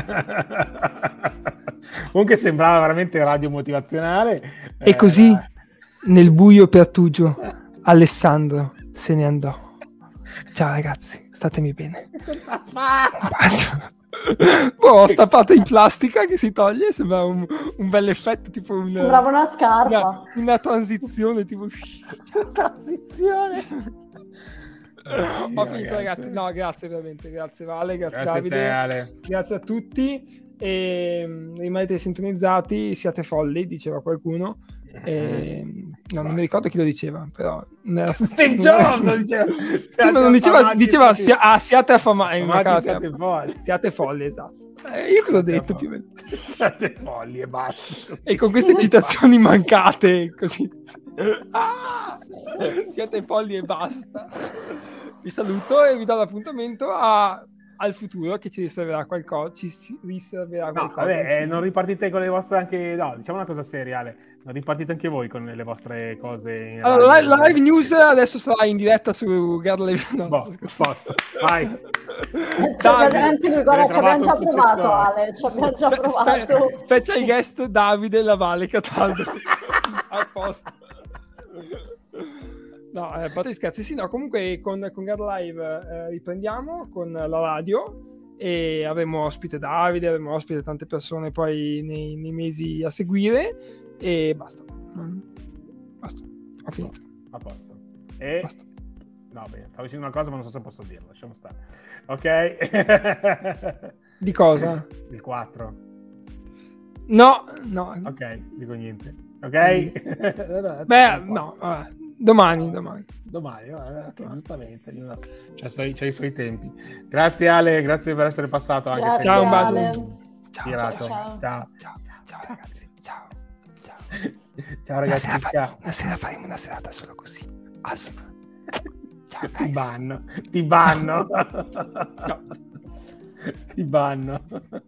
Comunque sembrava veramente radio motivazionale. E eh, così, la... nel buio pertugio, Alessandro se ne andò. Ciao ragazzi, statemi bene. Cosa fa? Un bacio. Boh, sta parte in plastica che si toglie, sembra un, un bel effetto, tipo un, Sembrava una scarpa. una, una transizione, tipo... Transizione. Ho finito ragazzi, no grazie veramente, grazie Vale, grazie, Grazie a Davide, te, Ale. grazie a tutti, e rimanete sintonizzati, siate folli, diceva qualcuno, E, no, non mi ricordo chi lo diceva, però Steve Jobs lo diceva. Sì, ma non diceva, diceva sia, ah, siate affamati, siate folli. Siate folli, esatto. Eh, io cosa ho detto più o meno? Siate folli e basta. E con queste citazioni mancate, così. Ah, siate folli e basta. Vi saluto e vi do l'appuntamento a, al futuro, che ci riserverà qualcosa. Ci riserverà qualcosa. No, vabbè, eh, non ripartite con le vostre anche. No, diciamo una cosa seria, Ale. Non ripartite anche voi con le vostre cose. Allora, la, la live news adesso sarà in diretta su Girl Live. No, boh, posto. Vai. Davide, anche lui, guarda, ci abbiamo già provato, Ale. Ci abbiamo già Spe- provato. Spe- special guest Davide Lavale Cataldo. A posto. No, a parte gli scherzi, sì, no, comunque con, con Girl Live eh, riprendiamo con la radio e avremo ospite Davide, avremo ospite tante persone poi nei, nei mesi a seguire e basta. Basta, ho finito. A posto. E... Basta. No, bene, stavo dicendo una cosa ma non so se posso dirla, lasciamo stare. Ok? Di cosa? Il quattro. No, no. Ok, dico niente. Ok? Beh, no, vabbè. Domani, domani. Domani, eh, giustamente. C'ha i, suoi, c'ha i suoi tempi. Grazie Ale, grazie per essere passato. Anche Grazie, ciao, un bacio. Ale. Ciao, ciao, ciao. ciao. Ciao. Ciao, ciao ragazzi. Ciao. Ciao. Ciao ragazzi. Una sera, ciao. una sera faremo una serata solo così. Asp. Ciao, ti banno. Ti banno. Ciao. Ti banno.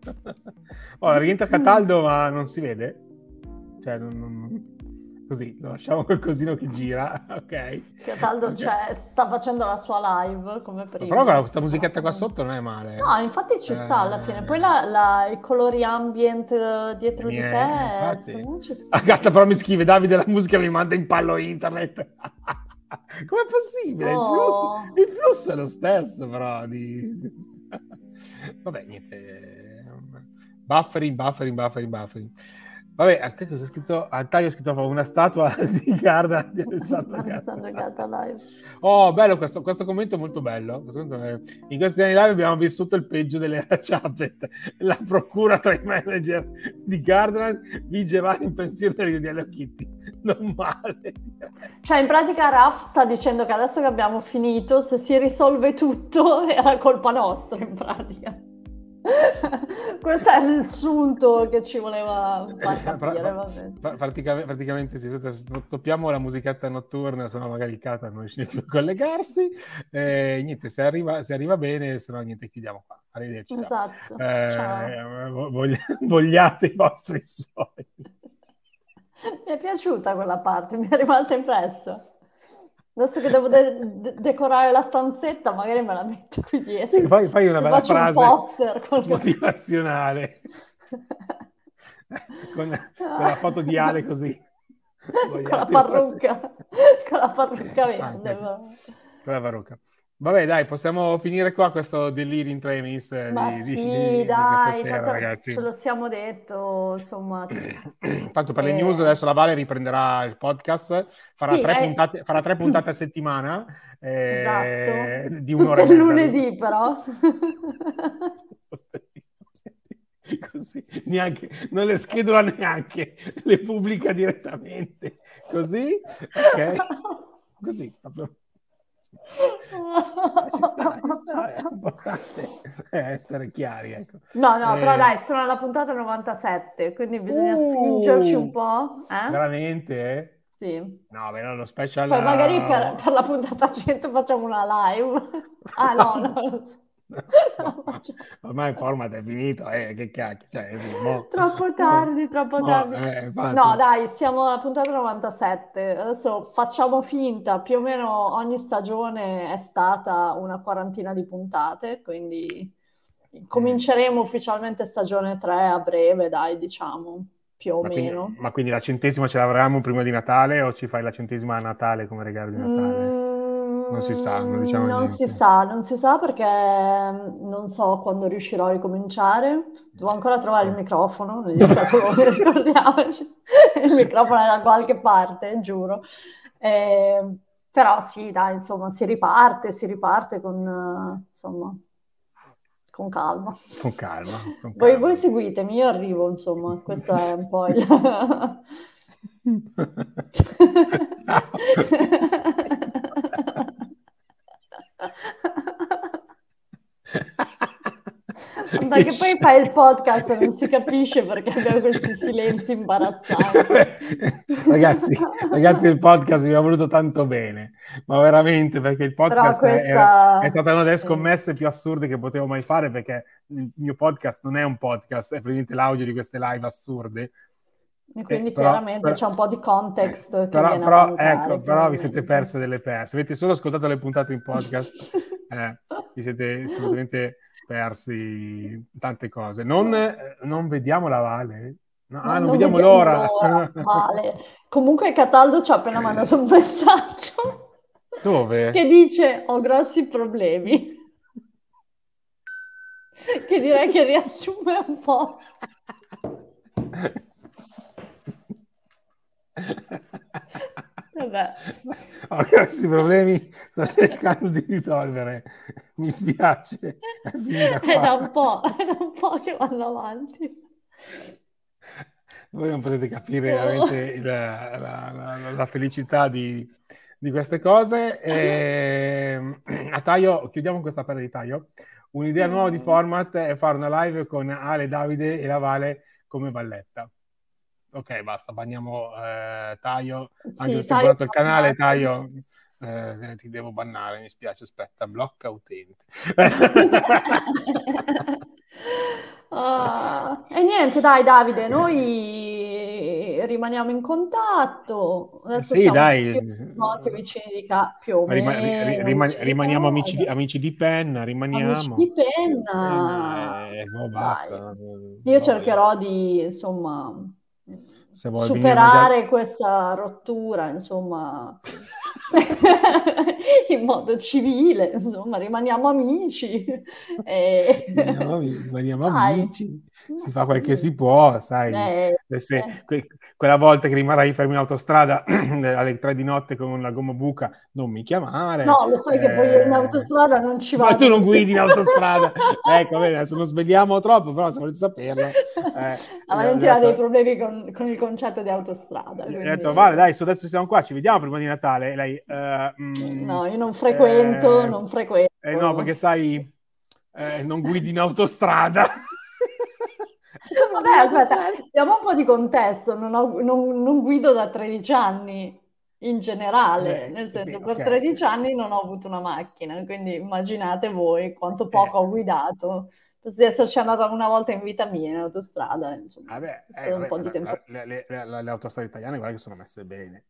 Oh, rientra Cataldo ma non si vede? Cioè, non... non... Così, lo lasciamo col cosino che gira, ok? Cataldo okay. Cioè, sta facendo la sua live come prima. Però questa musichetta qua sotto non è male. No, infatti ci sta alla fine. Poi la, la, i colori ambient dietro Niente, di te, infatti. secondo me ci sta. Agata però mi scrive, Davide, la musica mi manda in pallo internet. Com'è possibile? Oh. Il, flusso, il flusso è lo stesso, però. Di... Vabbè, niente. Buffering, buffering, buffering, buffering. Vabbè, a te cosa è scritto? A taglio è scritto una statua di Garda di Alessandro Gatta live. Oh, bello questo, questo commento è molto bello. In questi anni live abbiamo vissuto il peggio delle Chapet. La procura tra i manager di Gardaland vige vari in pensione di Hello Kitty. Non male. Cioè, in pratica Raf sta dicendo che adesso che abbiamo finito, se si risolve tutto è la colpa nostra, in pratica. Questo è il sunto che ci voleva far capire. pra- pra- praticamente, praticamente sì, stoppiamo la musichetta notturna, sennò magari il Cata non riesce più a collegarsi. Eh, niente, se arriva, se arriva bene, se no niente, chiudiamo qua. Arrivederci. Esatto. Eh, vogli- vogliate i vostri sogni. Mi è piaciuta quella parte, mi è rimasta impressa. Adesso che devo de- de- decorare la stanzetta, magari me la metto qui dietro. Sì, fai, fai una bella frase un poster con motivazionale con, con la foto di Ale così. Con la parrucca, con la parrucca verde. Ah, con la parrucca. Vabbè, dai, possiamo finire qua questo delirium training Ma di, sì, di, di, dai, di questa sera, ragazzi. Ce lo siamo detto, insomma. Tanto per se... le news adesso la Vale riprenderà il podcast, farà, sì, tre, è... puntate, farà tre puntate a settimana. Eh, esatto. Di un'ora Tutte e lunedì, però. Così, neanche, non le schedula neanche, le pubblica direttamente. Così, ok. Così, proprio. Ci sta, ci sta, è importante essere chiari, ecco. No, no, eh... però dai, sono alla puntata novantasette, quindi bisogna uh, spingerci un po'. Eh? Veramente? Sì. No, beh, lo special... Poi magari per, per la puntata cento facciamo una live. Ah no, no, non so. No, ormai il format è finito, eh, che cacchio, cioè, sì, boh. Troppo tardi, troppo no, tardi. Eh, no, dai, siamo alla puntata novantasette. Adesso facciamo finta, più o meno ogni stagione è stata una quarantina di puntate, quindi cominceremo ufficialmente stagione tre a breve, dai, diciamo, più o ma meno. Quindi, ma quindi la centesima ce l'avremo prima di Natale o ci fai la centesima a Natale come regalo di Natale? Mm. Non si sa, non diciamo non niente. si sa, non si sa perché non so quando riuscirò a ricominciare. Devo ancora trovare il microfono, ricordiamoci. Il microfono è da qualche parte, giuro. Eh, però sì, dai, insomma, si riparte, si riparte con, insomma, con calma. Con calma. Con calma. Voi, voi seguitemi, io arrivo, insomma, questo è un po' il... Perché poi fai il podcast e non si capisce perché abbiamo questi silenzi imbarazzanti. ragazzi, ragazzi, il podcast mi ha voluto tanto bene, ma veramente, perché il podcast questa... era, è stata una delle scommesse più assurde che potevo mai fare, perché il mio podcast non è un podcast, è praticamente l'audio di queste live assurde. E quindi eh, però, chiaramente però, c'è un po' di context che però, viene però, a mancare, ecco, però vi siete perse delle perse, avete solo ascoltato le puntate in podcast, eh, vi siete assolutamente persi tante cose. Non, non vediamo la Vale, no, ah, non, non vediamo, vediamo l'ora, l'ora vale. Comunque Cataldo ci ha appena mandato un messaggio dove? Che dice ho grossi problemi, che direi che riassume un po'. Vabbè. Ho grossi problemi, sto cercando di risolvere, mi spiace, è finita qua. È da un po', è da un po' che vanno avanti. Voi non potete capire veramente la, la, la, la felicità di, di queste cose. E, a Taio, chiudiamo questa pelle di Taio. Un'idea mm. nuova di format è fare una live con Ale, Davide e la Vale come Valletta. Ok, basta, banniamo eh, Taio, anche sì, se hai abbonato il canale, Taio, eh, ti devo bannare, mi spiace, aspetta, blocca utente. uh, e niente, dai Davide, noi rimaniamo in contatto, adesso sì, siamo dai. più vicini di casa, più o meno. Rima- rima- rimaniamo amici di, amici di penna, rimaniamo. Amici di penna. Eh, no, basta. Io cercherò di, insomma... Se vuoi superare mangiare... questa rottura, insomma, in modo civile, insomma, rimaniamo amici. E... Rimaniamo, rimaniamo amici, si fa quel che si può, sai. Eh, Se, eh. que, quella volta che rimarrai fermo in autostrada alle tre di notte con la gomma buca, non mi chiamare. No, lo sai eh... che poi in autostrada non ci vado. Ma tu non guidi in autostrada. Ecco, bene, adesso non svegliamo troppo, però se volete saperlo. Eh, La Valentina ha dei problemi con, con il concetto di autostrada. Ho quindi... detto, vale, dai, su adesso siamo qua, ci vediamo prima di Natale. Lei, uh, mm, no, io non frequento, eh, non frequento. Eh no, perché sai, eh, non guidi in autostrada. Vabbè, aspetta, diamo un po' di contesto. Non, ho, non, non guido da tredici anni in generale, eh, nel senso, okay. Per tredici anni non ho avuto una macchina, quindi immaginate voi quanto poco eh. ho guidato. Posso esserci andata una volta in vita mia in autostrada, insomma. Vabbè, eh, un vabbè, po' di tempo. La, le, le, le, le autostrade italiane, guarda che sono messe bene.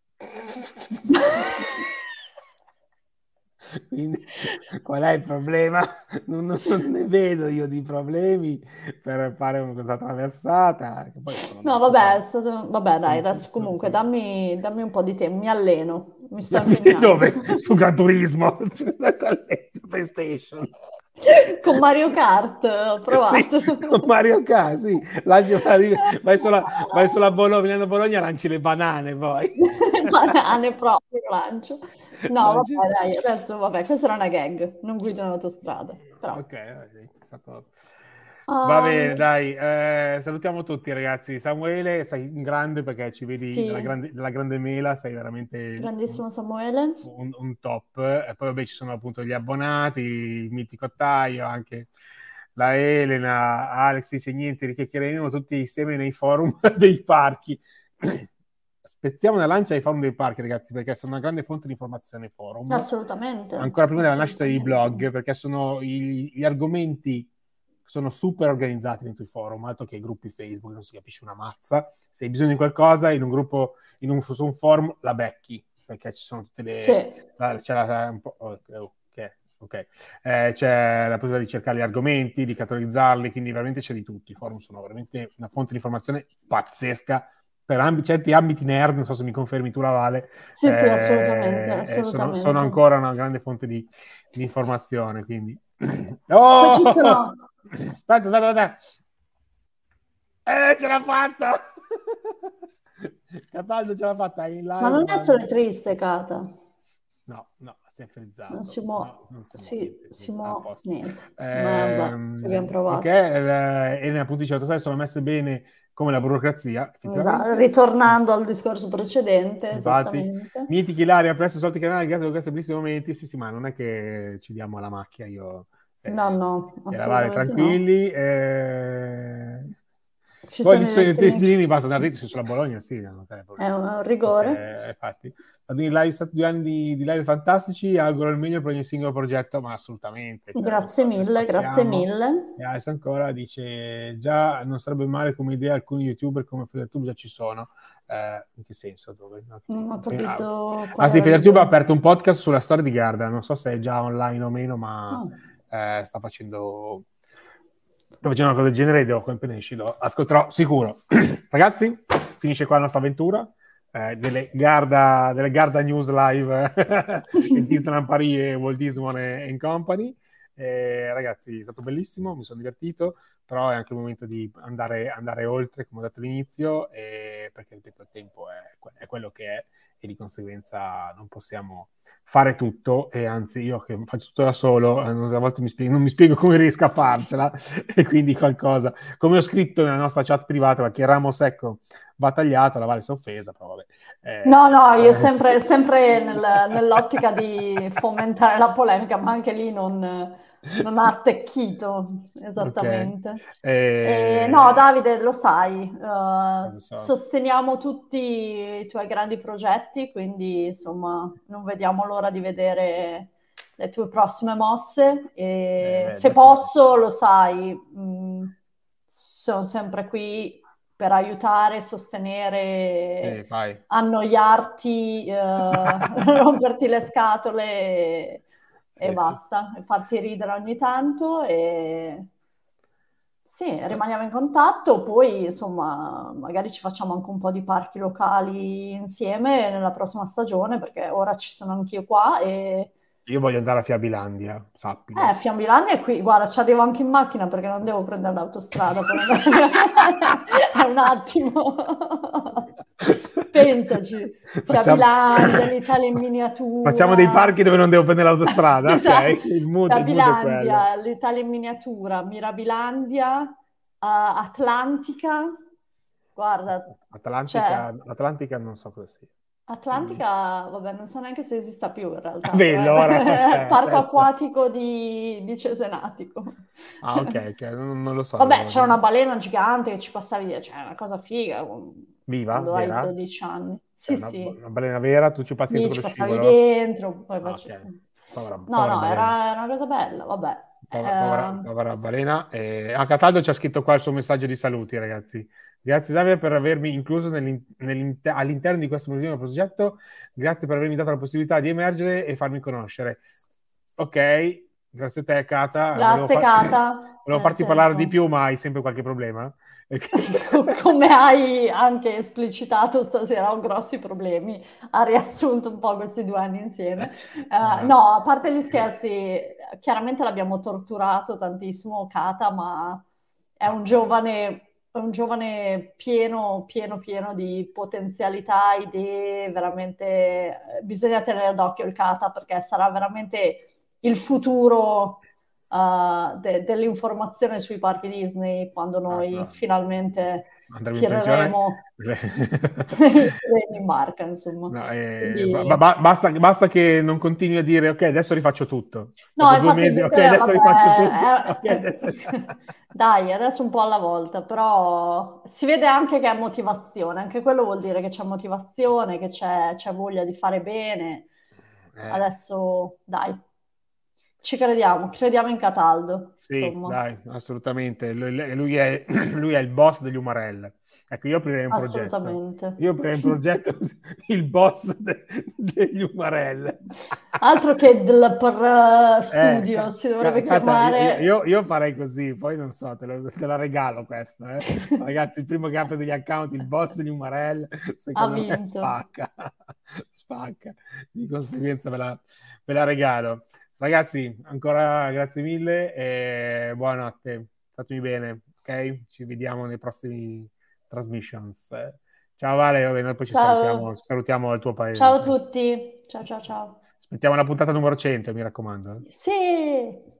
Quindi, qual è il problema? Non, non, non ne vedo io di problemi per fare questa traversata. Che poi no, vabbè, è stato... vabbè, dai, adesso comunque dammi, dammi un po' di tempo, mi alleno. Mi sto impegnando. Dove? Su Gran Turismo? PlayStation. Con Mario Kart ho provato. Sì, con Mario Kart, sì. Lanci, vai sulla, vai sulla Bologna, Milano Bologna, lanci le banane poi. Banane proprio lancio. No, lanci... vabbè, dai, adesso, vabbè, questa era una gag, non guido in autostrada. Però. Ok, è stato... Um... Va bene, dai, eh, salutiamo tutti ragazzi. Samuele, sei in grande perché ci vedi sì. dalla, grande, dalla grande mela, sei veramente... Grandissimo Samuele. Un, un top. E poi vabbè ci sono appunto gli abbonati, il mitico Taio, anche la Elena, Alexis e niente, richiacchieremo tutti insieme nei forum dei parchi. Spezziamo una lancia ai forum dei parchi, ragazzi, perché sono una grande fonte di informazione forum. Assolutamente. Ancora prima della nascita dei blog, perché sono i, gli argomenti... sono super organizzati dentro i forum, altro che i gruppi Facebook, non si capisce una mazza. Se hai bisogno di qualcosa in un gruppo, in un, su un forum, la becchi, perché ci sono tutte le... Sì. La, c'è la, un po', oh, okay, okay. Eh, c'è la possibilità di cercare gli argomenti, di categorizzarli, quindi veramente c'è di tutto. I forum sono veramente una fonte di informazione pazzesca per amb- certi ambiti nerd, non so se mi confermi tu la Vale. Sì, eh, sì, assolutamente. assolutamente. Sono, sono ancora una grande fonte di, di informazione, quindi... Oh! Poi ci sono... Aspetta, aspetta, aspetta. Eh, ce l'ha fatta! Cataldo ce l'ha fatta in live. Ma non essere triste, Cata. No, no, si è frizzato. Non si muove. No, non si sì, muove. si muove. Niente. Eh, Ma ci abbiamo provato. Ok, eh, Elena appunto dice, sono messe bene come la burocrazia, esatto. Ritornando al discorso precedente, infatti, esattamente. mitichi l'aria presso i soliti canali, grazie a questi bellissimi momenti. Sì, sì, ma non è che ci diamo alla macchia, io... Eh, no, no, eravate tranquilli. No. Eh... Ci Poi gli sono i tedeschi bastano andare dritti sulla Bologna, sì, non è è un rigore. eh, infatti, live, stati due anni di, di live fantastici, auguro il meglio per ogni singolo progetto, ma assolutamente. Cioè, grazie mille, grazie mille. E Alice ancora dice, già non sarebbe male come idea, alcuni youtuber come FederTube già ci sono. Eh, in che senso? Dove? No, non ho capito. Ah sì, FederTube ha aperto un podcast sulla storia di Garda, non so se è già online o meno, ma oh. eh, sta facendo... sto facendo una cosa del genere e devo appena esci, lo ascolterò sicuro. Ragazzi, finisce qua la nostra avventura eh, delle, Garda, delle Garda News live in Disneyland Paris e Walt Disney and Company. Eh, ragazzi, è stato bellissimo, mi sono divertito, però è anche il momento di andare, andare oltre, come ho detto all'inizio, eh, perché ripeto, il tempo è, è quello che è e di conseguenza non possiamo fare tutto, e anzi io che faccio tutto da solo, a volte mi spiego, non mi spiego come riesco a farcela, e quindi qualcosa, come ho scritto nella nostra chat privata, perché il ramo secco va tagliato, la Vale si è offesa, però vabbè. Eh, no, no, io eh. sempre, sempre nel, nell'ottica di fomentare la polemica, ma anche lì non, non ha attecchito, esattamente. Okay. E... E, no, Davide, lo sai, uh, so. sosteniamo tutti i tuoi grandi progetti, quindi insomma non vediamo l'ora di vedere le tue prossime mosse, e eh, se posso, lo sai, mh, sono sempre qui per aiutare, sostenere, sì, annoiarti, eh, romperti le scatole e, sì, e basta, e farti ridere ogni tanto, e sì, rimaniamo in contatto, poi insomma magari ci facciamo anche un po' di parchi locali insieme nella prossima stagione, perché ora ci sono anch'io qua e... Io voglio andare a Fiabilandia, sappi. Eh, Fiabilandia è qui, guarda, ci arrivo anche in macchina perché non devo prendere l'autostrada per andare. È un attimo. Pensaci, Fiabilandia, l'Italia in miniatura. Facciamo dei parchi dove non devo prendere l'autostrada, esatto. Ok? Il mood, Fiabilandia, l'Italia in miniatura, Mirabilandia, uh, Atlantica, guarda. Atlantica, Atlantica non so cosa sia. Atlantica, vabbè, non so neanche se esista più in realtà. Bello, ora, cioè, parco adesso. acquatico di, di Cesenatico. Ah, ok, ok, non, non lo so. Vabbè, c'è una balena gigante che ci passavi via, cioè è una cosa figa. Viva, quando vera? hai dodici anni. Sì, una, sì. Una balena vera, tu ci passi sì, dentro ci lo passavi scivolo? dentro, poi ah, facevi... okay. povera, No, povera no, era, era una cosa bella, vabbè. Povera, eh... povera, povera balena. Eh, a Cataldo ci ha scritto qua il suo messaggio di saluti, ragazzi. Grazie Davide per avermi incluso nell'in- nell'inter- all'interno di questo nuovo progetto, grazie per avermi dato la possibilità di emergere e farmi conoscere. Ok, grazie a te Cata. Grazie volevo Cata. Volevo farti senso... parlare di più, ma hai sempre qualche problema? Come hai anche esplicitato stasera, ho grossi problemi, ha riassunto un po' questi due anni insieme. Uh, no, a parte gli scherzi, chiaramente l'abbiamo torturato tantissimo Cata, ma è un giovane... È un giovane pieno, pieno, pieno di potenzialità, idee, veramente bisogna tenere d'occhio il Cata perché sarà veramente il futuro uh, de- dell'informazione sui parchi Disney quando noi ah, finalmente tireremo in barca, insomma. No, eh, Quindi... ba- ba- basta, basta che non continui a dire ok, adesso rifaccio tutto. No, dopo due mesi, ok, adesso vabbè, rifaccio tutto. Eh, okay, adesso... Dai, adesso un po' alla volta, però si vede anche che è motivazione, anche quello vuol dire che c'è motivazione, che c'è, c'è voglia di fare bene. Eh. Adesso, dai, ci crediamo, crediamo in Cataldo. Sì, insomma. Dai, assolutamente. Lui, lui, è, lui è il boss degli Umarell. Ecco, io aprirei un progetto. Assolutamente. Io aprirei un progetto, il boss de, degli Umarell. Altro che del per studio, eh, si dovrebbe Cata, chiamare... Io, io, io farei così, poi non so, te, lo, te la regalo questa. Eh. Ragazzi, il primo che apre degli account, il boss degli Umarell, secondo me spacca. Spacca. Di conseguenza ve la, ve la regalo. Ragazzi, ancora grazie mille e buonanotte. Statemi bene, ok? Ci vediamo nei prossimi transmissions. Ciao Vale, vabbè, noi poi ci salutiamo, ci salutiamo al tuo paese. Ciao a tutti, ciao ciao ciao. Aspettiamo la puntata numero cento, mi raccomando. Sì!